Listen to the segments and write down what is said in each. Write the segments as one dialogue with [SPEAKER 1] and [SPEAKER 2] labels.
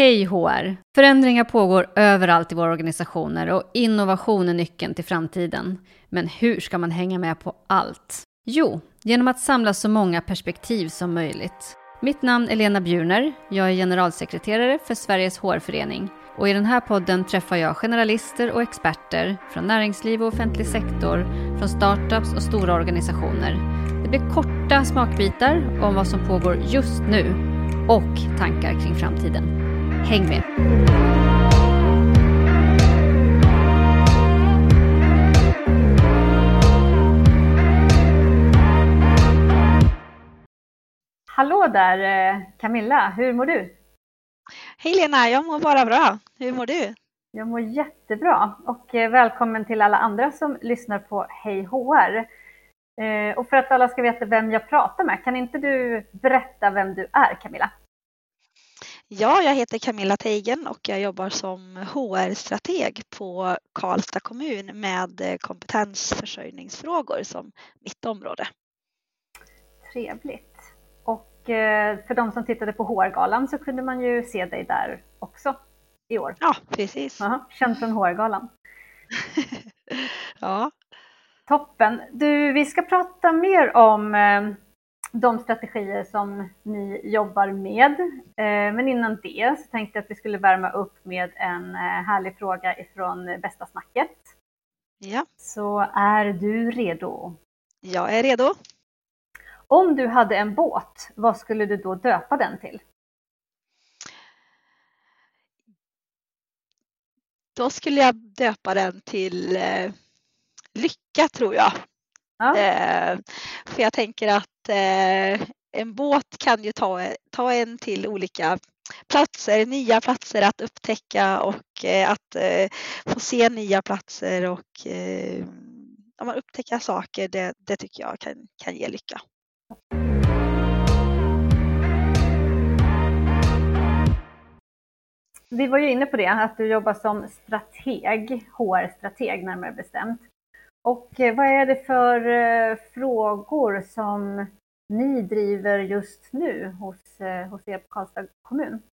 [SPEAKER 1] Hej HR! Förändringar pågår överallt i våra organisationer och innovation är nyckeln till framtiden. Men hur ska man hänga med på allt? Jo, genom att samla så många perspektiv som möjligt. Mitt namn är Lena Bjurner, jag är generalsekreterare för Sveriges HR-förening. Och i den här podden träffar jag generalister och experter från näringsliv och offentlig sektor, från startups och stora organisationer. Det blir korta smakbitar om vad som pågår just nu och tankar kring framtiden. Häng med! Hallå där Camilla, hur mår du?
[SPEAKER 2] Hej Lena, jag mår bara bra. Hur mår du?
[SPEAKER 1] Jag mår jättebra och välkommen till alla andra som lyssnar på Hej HR. Och för att alla ska veta vem jag pratar med, kan inte du berätta vem du är, Camilla?
[SPEAKER 2] Ja, jag heter Camilla Teigen och jag jobbar som HR-strateg på Karlstad kommun med kompetensförsörjningsfrågor som mitt område.
[SPEAKER 1] Trevligt. Och för de som tittade på HR-galan så kunde man ju se dig där också i år.
[SPEAKER 2] Ja, precis.
[SPEAKER 1] Aha, känd från HR-galan.
[SPEAKER 2] Ja.
[SPEAKER 1] Toppen. Du, vi ska prata mer om de strategier som ni jobbar med. Men innan det så tänkte jag att vi skulle värma upp med en härlig fråga ifrån Bästa snacket.
[SPEAKER 2] Ja.
[SPEAKER 1] Så är du redo?
[SPEAKER 2] Jag är redo.
[SPEAKER 1] Om du hade en båt, vad skulle du då döpa den till?
[SPEAKER 2] Då skulle jag döpa den till Lycka, tror jag.
[SPEAKER 1] Ja.
[SPEAKER 2] För jag tänker att en båt kan ju ta en till olika platser, nya platser att upptäcka och att få se nya platser och om man upptäcker saker, det tycker jag kan ge lycka.
[SPEAKER 1] Vi var ju inne på det, att du jobbar som strateg, HR-strateg närmare bestämt. Och vad är det för frågor som ni driver just nu hos er på Karlstad kommun?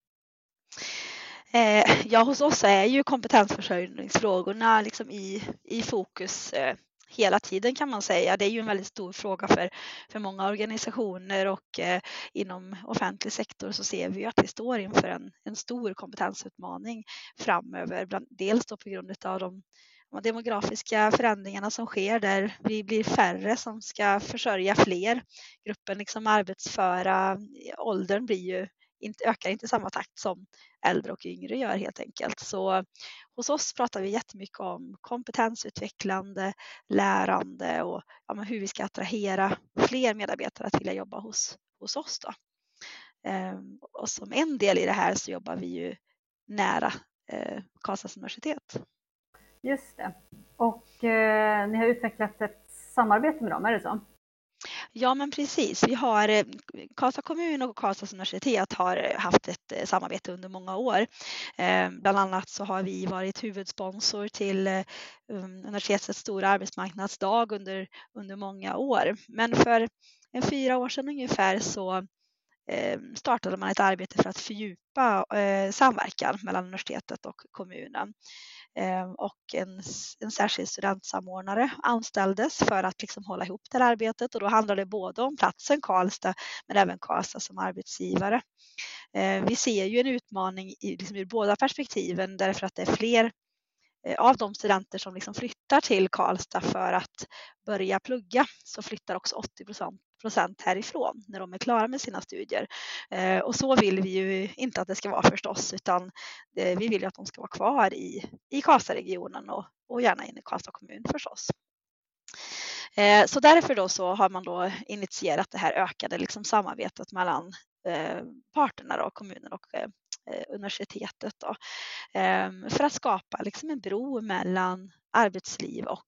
[SPEAKER 2] Ja, hos oss är ju kompetensförsörjningsfrågorna liksom i fokus hela tiden, kan man säga. Det är ju en väldigt stor fråga för många organisationer och inom offentlig sektor så ser vi att vi står inför en stor kompetensutmaning framöver. Dels då på grund av de demografiska förändringarna som sker där vi blir färre som ska försörja fler. Gruppen liksom arbetsföra, åldern ökar inte i samma takt som äldre och yngre gör helt enkelt. Så hos oss pratar vi jättemycket om kompetensutvecklande, lärande och hur vi ska attrahera fler medarbetare att vilja jobba hos oss då. Och som en del i det här så jobbar vi ju nära Karlstads universitet.
[SPEAKER 1] Just det. Och ni har utvecklat ett samarbete med dem, är det så?
[SPEAKER 2] Ja, men precis. Vi har Karlstad kommun och Karlstads universitet har haft ett samarbete under många år. Bland annat så har vi varit huvudsponsor till universitetets stora arbetsmarknadsdag under många år. Men för 4 år sedan ungefär så startade man ett arbete för att fördjupa samverkan mellan universitetet och kommunen. Och en särskild studentsamordnare anställdes för att liksom hålla ihop det här arbetet, och då handlade det både om platsen Karlstad men även Karlstad som arbetsgivare. Vi ser ju en utmaning ur båda perspektiven, därför att det är fler av de studenter som liksom flyttar till Karlstad för att börja plugga, så flyttar också 80% härifrån när de är klara med sina studier. Och så vill vi ju inte att det ska vara förstås, utan vi vill ju att de ska vara kvar i Karlstadregionen och gärna in i Karlstad kommun förstås. Så därför då så har man då initierat det här ökade liksom samarbetet mellan parterna då, kommunen och universitetet då, för att skapa liksom en bro mellan arbetsliv och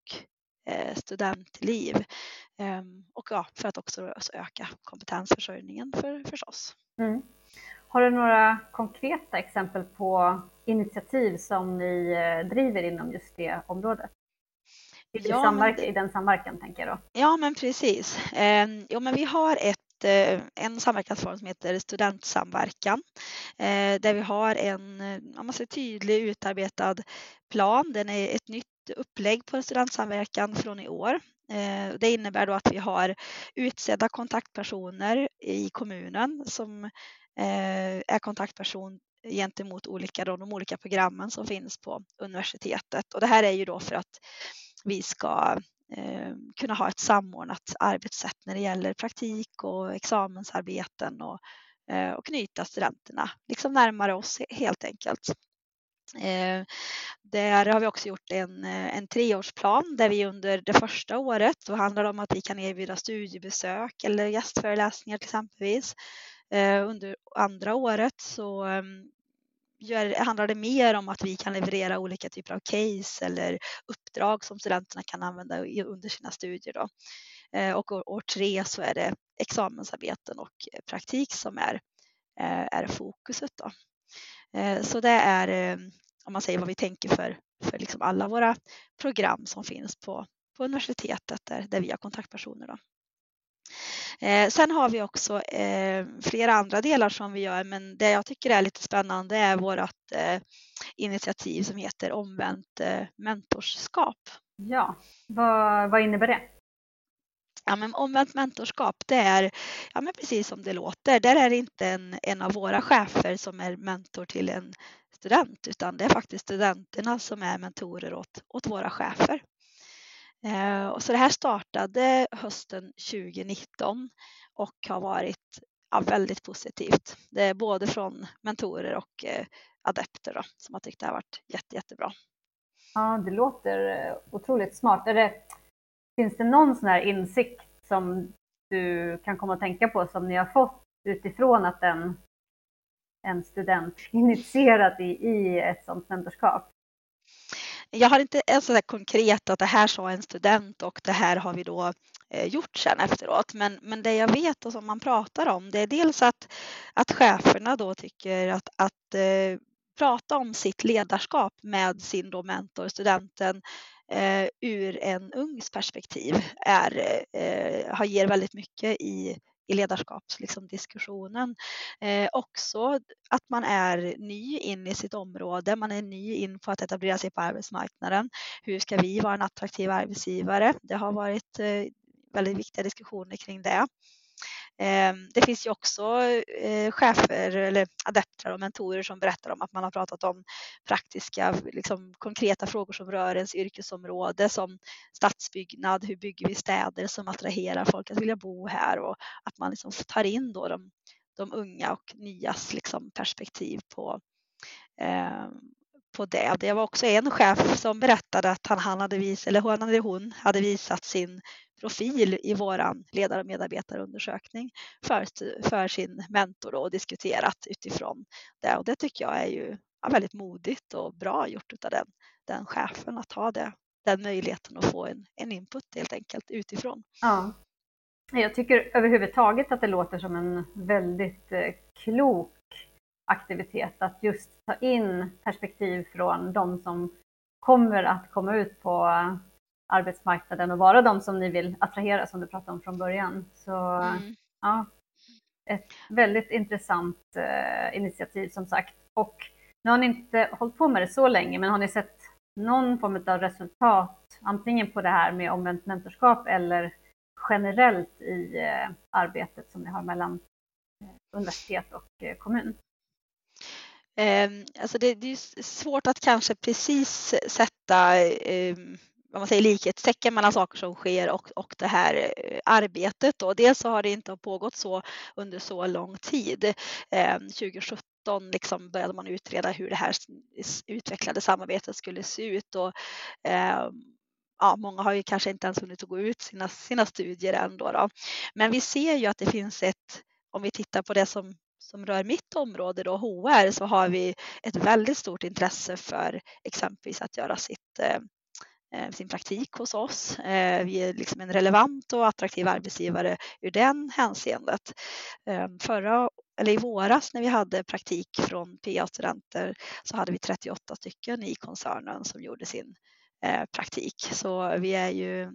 [SPEAKER 2] studentliv, och för att också öka kompetensförsörjningen förstås.
[SPEAKER 1] Mm. Har du några konkreta exempel på initiativ som ni driver inom just det området? I den samverkan tänker jag då.
[SPEAKER 2] Ja, men precis. Men vi har en samverkansform som heter studentsamverkan, där vi har en tydlig utarbetad plan. Den är ett nytt upplägg på studentsamverkan från i år. Det innebär då att vi har utsedda kontaktpersoner i kommunen som är kontaktperson gentemot de olika programmen som finns på universitetet. Och det här är ju då för att vi ska kunna ha ett samordnat arbetssätt när det gäller praktik och examensarbeten och knyta studenterna liksom närmare oss helt enkelt. Där har vi också gjort en 3-årsplan där vi under det första året, då handlar det om att vi kan erbjuda studiebesök eller gästföreläsningar till exempelvis. Under andra året så handlar det mer om att vi kan leverera olika typer av case eller uppdrag som studenterna kan använda under sina studier då. Och år 3 så är det examensarbeten och praktik som är fokuset då. Så det är, om man säger vad vi tänker för liksom alla våra program som finns på universitetet där vi har kontaktpersoner då. Sen har vi också flera andra delar som vi gör, men det jag tycker är lite spännande är vårt initiativ som heter Omvänt mentorskap.
[SPEAKER 1] Ja, vad innebär det?
[SPEAKER 2] Ja, men omvänt mentorskap, det är men precis som det låter. Där är det inte en av våra chefer som är mentor till en student, utan det är faktiskt studenterna som är mentorer åt våra chefer. Och så det här startade hösten 2019 och har varit väldigt positivt. Det är både från mentorer och adepter då, som har tyckt det har varit jättebra.
[SPEAKER 1] Ja, det låter otroligt smart. Finns det någon sån här insikt som du kan komma att tänka på som ni har fått utifrån att en student initierat i ett sånt mentorskap?
[SPEAKER 2] Jag har inte en sån där konkret att det här sa en student och det här har vi då gjort sen efteråt. Men det jag vet och som man pratar om, det är dels att cheferna då tycker att prata om sitt ledarskap med sin då mentor, studenten, ur en ungs perspektiv ger väldigt mycket i ledarskapsdiskussionen. Också att man är ny in i sitt område, man är ny in på att etablera sig på arbetsmarknaden. Hur ska vi vara en attraktiv arbetsgivare? Det har varit väldigt viktiga diskussioner kring det. Det finns ju också chefer eller adepter och mentorer som berättar om att man har pratat om praktiska, konkreta frågor som rör ens yrkesområde, som stadsbyggnad, hur bygger vi städer som attraherar folk att vilja bo här, och att man tar in då de unga och nyas perspektiv på det. Det var också en chef som berättade att hon hade visat sin profil i våran ledar- och medarbetarundersökning för sin mentor och diskuterat utifrån det. Och det tycker jag är ju väldigt modigt och bra gjort av den chefen att ha den möjligheten att få en input helt enkelt utifrån.
[SPEAKER 1] Ja. Jag tycker överhuvudtaget att det låter som en väldigt klok aktivitet att just ta in perspektiv från de som kommer att komma ut på arbetsmarknaden och vara de som ni vill attrahera, som du pratade om från början. Så ja, ett väldigt intressant initiativ som sagt. Och nu har ni inte hållit på med det så länge, men har ni sett någon form av resultat antingen på det här med omvänt mentorskap eller generellt i arbetet som ni har mellan universitet och kommun?
[SPEAKER 2] Alltså det är svårt att kanske precis sätta likhetstecken mellan saker som sker och det här arbetet. Då. Dels så har det inte pågått så under så lång tid. 2017 började man utreda hur det här utvecklade samarbetet skulle se ut. Och, många har ju kanske inte ens hunnit att gå ut sina studier än då. Men vi ser ju att det finns om vi tittar på det som rör mitt område då, HR, så har vi ett väldigt stort intresse för exempelvis att göra sin praktik hos oss. Vi är en relevant och attraktiv arbetsgivare ur den hänseendet. I våras när vi hade praktik från PA-studenter så hade vi 38 stycken i koncernen som gjorde sin praktik. Så vi är ju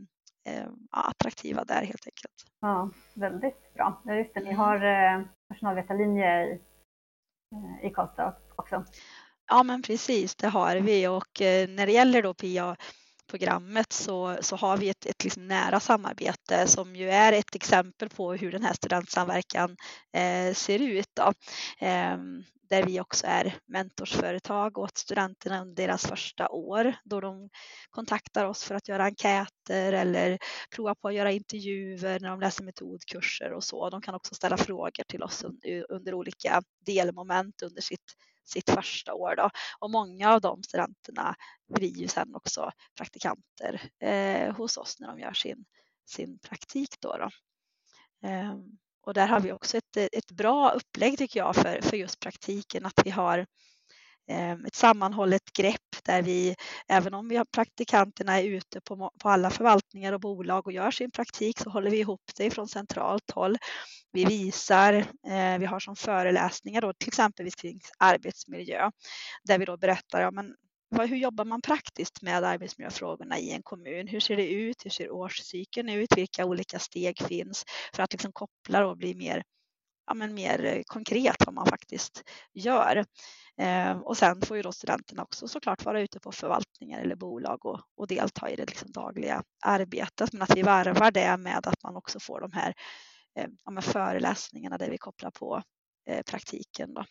[SPEAKER 2] attraktiva där helt enkelt.
[SPEAKER 1] Ja, väldigt bra. Ja, just det, ni har personalvetarlinje i Karlstad också.
[SPEAKER 2] Ja, men precis, det har vi, och när det gäller då PIA-programmet så har vi ett liksom nära samarbete som ju är ett exempel på hur den här studentsamverkan ser ut då. Där vi också är mentorsföretag åt studenterna under deras första år, då de kontaktar oss för att göra enkäter eller prova på att göra intervjuer när de läser metodkurser och så. De kan också ställa frågor till oss under olika delmoment under sitt första år då. Och många av de studenterna blir ju sen också praktikanter hos oss när de gör sin praktik då. Och där har vi också ett bra upplägg tycker jag för just praktiken, att vi har ett sammanhållet grepp där vi, även om vi har praktikanterna är ute på alla förvaltningar och bolag och gör sin praktik, så håller vi ihop det från centralt håll. Vi visar, vi har som föreläsningar då, till exempel kring arbetsmiljö, där vi då berättar hur jobbar man praktiskt med arbetsmiljöfrågorna i en kommun? Hur ser det ut? Hur ser årscykeln ut? Vilka olika steg finns? För att liksom koppla och bli mer konkret vad man faktiskt gör. Och sen får ju då studenterna också såklart vara ute på förvaltningar eller bolag och delta i det liksom dagliga arbetet. Men att vi varvar det med att man också får de här föreläsningarna där vi kopplar på praktiken då.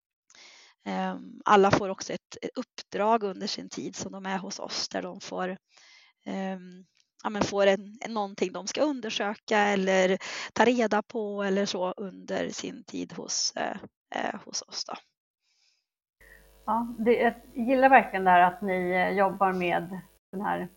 [SPEAKER 2] Alla får också ett uppdrag under sin tid som de är hos oss, där de får någonting de ska undersöka eller ta reda på eller så under sin tid hos oss då.
[SPEAKER 1] Ja, jag gillar verkligen det här att ni jobbar med den här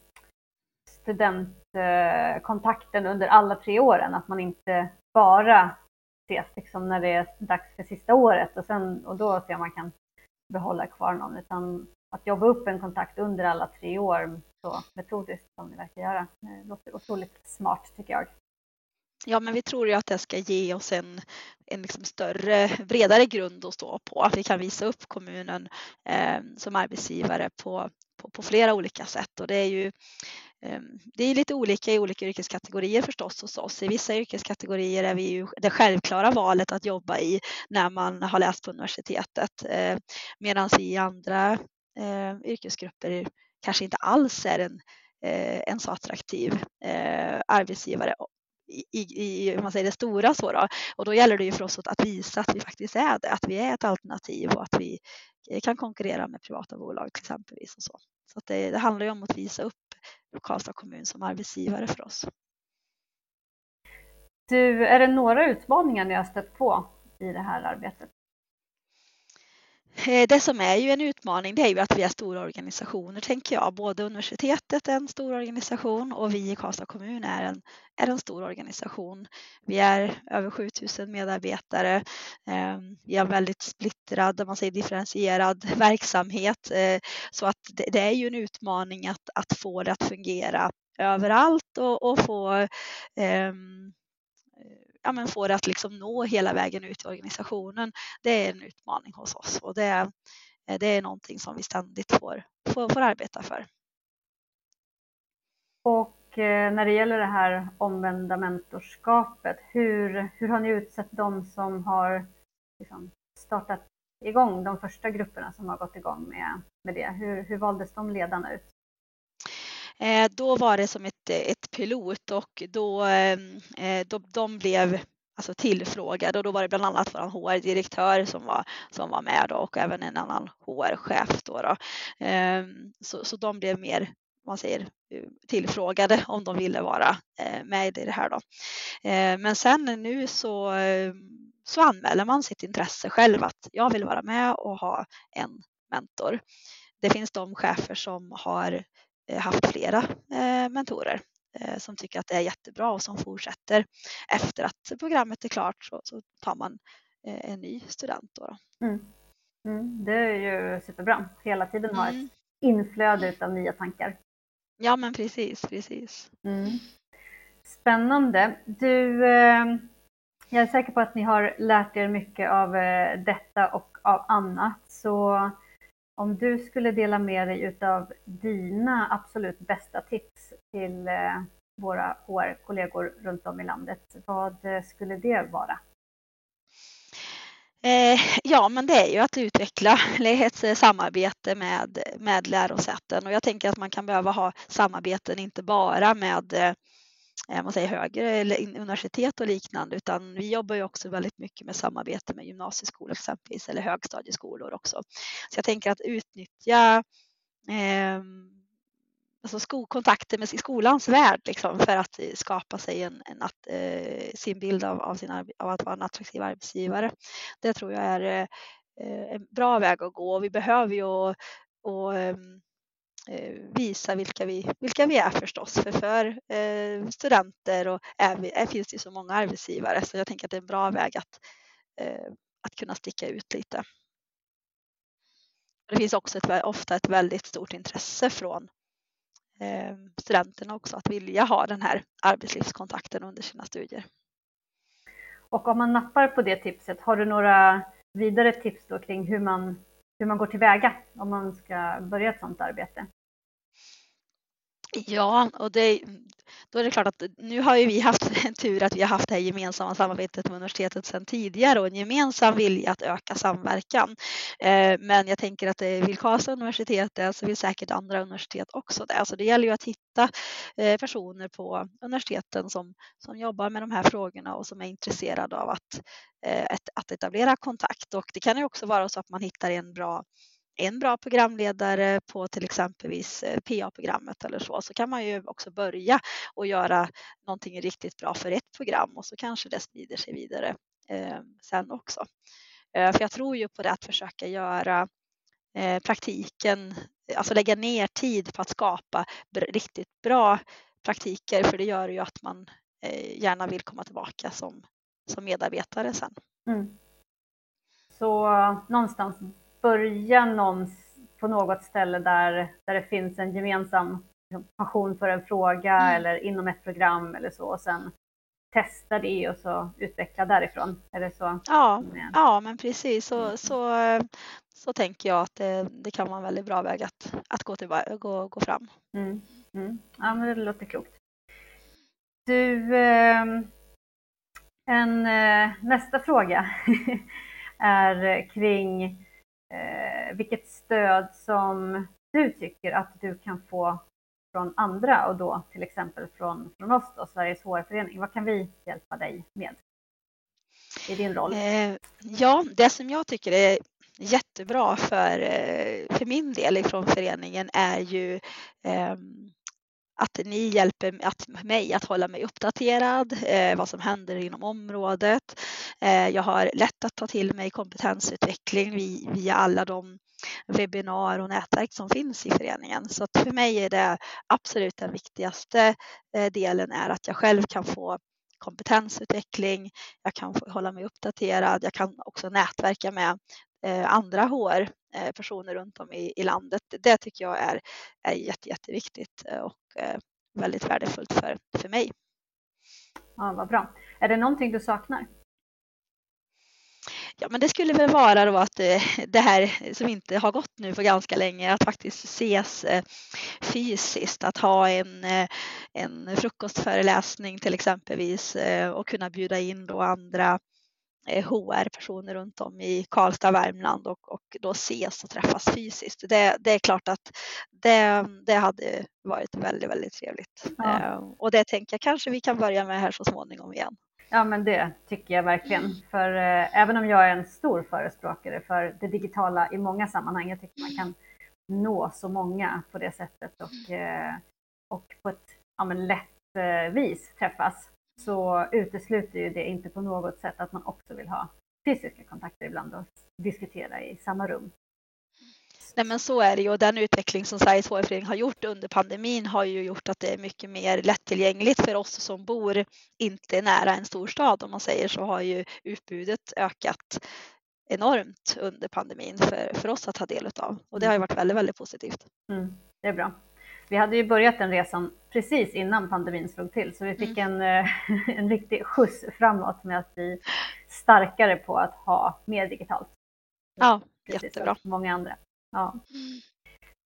[SPEAKER 1] studentkontakten under alla 3 åren. Att man inte bara ses liksom när det är dags för sista året och då ser man kan behålla kvar någon, utan att jobba upp en kontakt under alla 3 år så metodiskt som ni verkar göra. Det låter otroligt smart tycker jag.
[SPEAKER 2] Ja, men vi tror ju att det ska ge oss en liksom bredare grund att stå på. Att vi kan visa upp kommunen som arbetsgivare på flera olika sätt. Och det är lite olika i olika yrkeskategorier förstås hos oss. I vissa yrkeskategorier är vi ju det självklara valet att jobba i när man har läst på universitetet. Medan vi i andra yrkesgrupper kanske inte alls är en så attraktiv arbetsgivare i man säger det stora så då. Och då gäller det ju för oss att visa att vi faktiskt är det, att vi är ett alternativ och att vi kan konkurrera med privata bolag till exempelvis och så. Så att det handlar ju om att visa upp Karlstad kommun som arbetsgivare för oss.
[SPEAKER 1] Du, är det några utmaningar ni har stött på i det här arbetet?
[SPEAKER 2] Det som är ju en utmaning, det är ju att vi är stora organisationer tänker jag. Både universitetet är en stor organisation och vi i Karlstad kommun är en stor organisation. Vi är över 7000 medarbetare. Vi har väldigt splittrad, man säger differentierad verksamhet. Så att det är ju en utmaning att få det att fungera överallt och få få det att liksom nå hela vägen ut i organisationen. Det är en utmaning hos oss och det är någonting som vi ständigt får arbeta för.
[SPEAKER 1] Och när det gäller det här omvända mentorskapet, hur har ni utsett de som har liksom startat igång, de första grupperna som har gått igång med det? Hur valdes de ledarna ut?
[SPEAKER 2] Då var det som ett pilot och då de blev alltså tillfrågade och då var det bland annat vår HR-direktör som var med då, och även en annan HR-chef då. Så de blev mer, man säger, tillfrågade om de ville vara med i det här då. Men sen nu så anmäler man sitt intresse själv att jag vill vara med och ha en mentor. Det finns de chefer som har haft flera mentorer som tycker att det är jättebra och som fortsätter efter att programmet är klart så tar man en ny student då.
[SPEAKER 1] Det är ju superbra. Hela tiden ha ett inflöde av nya tankar.
[SPEAKER 2] Ja, men precis.
[SPEAKER 1] Spännande. Du, jag är säker på att ni har lärt er mycket av detta och av annat. Så om du skulle dela med dig utav dina absolut bästa tips till våra HR-kollegor runt om i landet. Vad skulle det vara?
[SPEAKER 2] Ja, men det är ju att utveckla ett samarbete med lärosäten, och jag tänker att man kan behöva ha samarbeten inte bara med man säger högre eller universitet och liknande, utan vi jobbar ju också väldigt mycket med samarbete med gymnasieskolor exempelvis, eller högstadieskolor också. Så jag tänker att utnyttja alltså kontakter med skolans värld liksom, för att skapa sig sin bild av att vara en attraktiv arbetsgivare. Det tror jag är en bra väg att gå. Vi behöver ju visa vilka vi är förstås. För studenter och finns det ju så många arbetsgivare, så jag tänker att det är en bra väg att kunna sticka ut lite. Det finns också ofta ett väldigt stort intresse från studenterna också att vilja ha den här arbetslivskontakten under sina studier.
[SPEAKER 1] Och om man nappar på det tipset, har du några vidare tips då kring hur man går tillväga om man ska börja ett sådant arbete?
[SPEAKER 2] Ja, och då är det klart att nu har ju vi haft en tur att vi har haft det här gemensamma samarbetet med universitetet sedan tidigare och en gemensam vilja att öka samverkan. Men jag tänker att det vill Karlstad universitet det, så vill säkert andra universitet också det. Så det gäller ju att hitta personer på universiteten som jobbar med de här frågorna och som är intresserade av att etablera kontakt. Och det kan ju också vara så att man hittar en bra programledare på till exempelvis PA-programmet eller så kan man ju också börja och göra någonting riktigt bra för ett program, och så kanske det sprider sig vidare sen också. För jag tror ju på det att försöka göra praktiken, alltså lägga ner tid på att skapa riktigt bra praktiker, för det gör ju att man gärna vill komma tillbaka som medarbetare sen.
[SPEAKER 1] Mm. Så någonstans börja på något ställe där det finns en gemensam passion för en fråga eller inom ett program eller så, och sen testa det och så utveckla därifrån. Är det så?
[SPEAKER 2] Ja, men precis. Så tänker jag att det kan vara en väldigt bra väg att gå fram.
[SPEAKER 1] Ja, men det låter klokt. Du, nästa fråga är kring vilket stöd som du tycker att du kan få från andra, och då till exempel från oss då, Sveriges HR-förening. Vad kan vi hjälpa dig med i din roll?
[SPEAKER 2] Ja, det som jag tycker är jättebra för min del ifrån föreningen är ju att ni hjälper mig att hålla mig uppdaterad, vad som händer inom området. Jag har lätt att ta till mig kompetensutveckling via alla de webbinar och nätverk som finns i föreningen. Så att för mig är det absolut den viktigaste delen är att jag själv kan få kompetensutveckling, jag kan hålla mig uppdaterad, jag kan också nätverka med andra HR-personer runt om i landet. Det tycker jag är jätteviktigt och väldigt värdefullt för mig.
[SPEAKER 1] Ja, vad bra. Är det någonting du saknar?
[SPEAKER 2] Ja, men det skulle väl vara då att det här som inte har gått nu på ganska länge, att faktiskt ses fysiskt, att ha en frukostföreläsning till exempelvis och kunna bjuda in då andra HR-personer runt om i Karlstad, Värmland och då ses och träffas fysiskt. Det är klart att det hade varit väldigt, väldigt trevligt. Ja. Och det tänker jag kanske vi kan börja med här så småningom igen.
[SPEAKER 1] Ja, men det tycker jag verkligen. För även om jag är en stor förespråkare för det digitala i många sammanhang, jag tycker man kan nå så många på det sättet och på ett lätt vis träffas, så utesluter ju det inte på något sätt att man också vill ha fysiska kontakter ibland och diskutera i samma rum.
[SPEAKER 2] Nej, men så är det ju, och den utveckling som Sveriges HR-förening har gjort under pandemin har ju gjort att det är mycket mer lättillgängligt för oss som bor inte nära en stor stad, om man säger så, har ju utbudet ökat enormt under pandemin för oss att ta del av, och det har ju varit väldigt, väldigt positivt.
[SPEAKER 1] Det är bra. Vi hade ju börjat den resan precis innan pandemin slog till, så vi fick en riktig skjuts framåt med att bli starkare på att ha mer digitalt.
[SPEAKER 2] Ja, jättebra.
[SPEAKER 1] Många andra. Ja.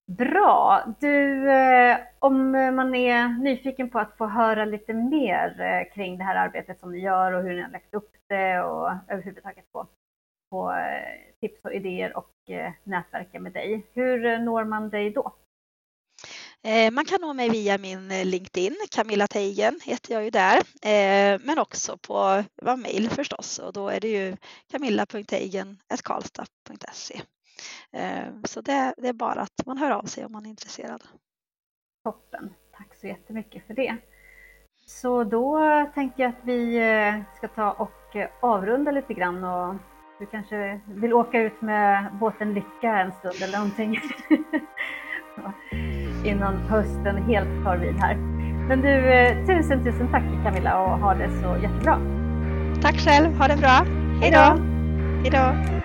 [SPEAKER 1] Bra! Du, om man är nyfiken på att få höra lite mer kring det här arbetet som ni gör och hur ni har lagt upp det och överhuvudtaget på tips och idéer och nätverka med dig. Hur når man dig då?
[SPEAKER 2] Man kan nå mig via min LinkedIn, Camilla Teigen heter jag ju där, men också på mejl förstås, och då är det ju camilla.teigen@karlstad.se. Så det är bara att man hör av sig om man är intresserad.
[SPEAKER 1] Toppen, tack så jättemycket för det. Så då tänker jag att vi ska ta och avrunda lite grann, och du kanske vill åka ut med båten Lycka en stund eller någonting innan hösten helt tar vid här. Men du, tusen tack Camilla, och ha det så jättebra.
[SPEAKER 2] Tack själv, ha det bra. Hej då! Hej då!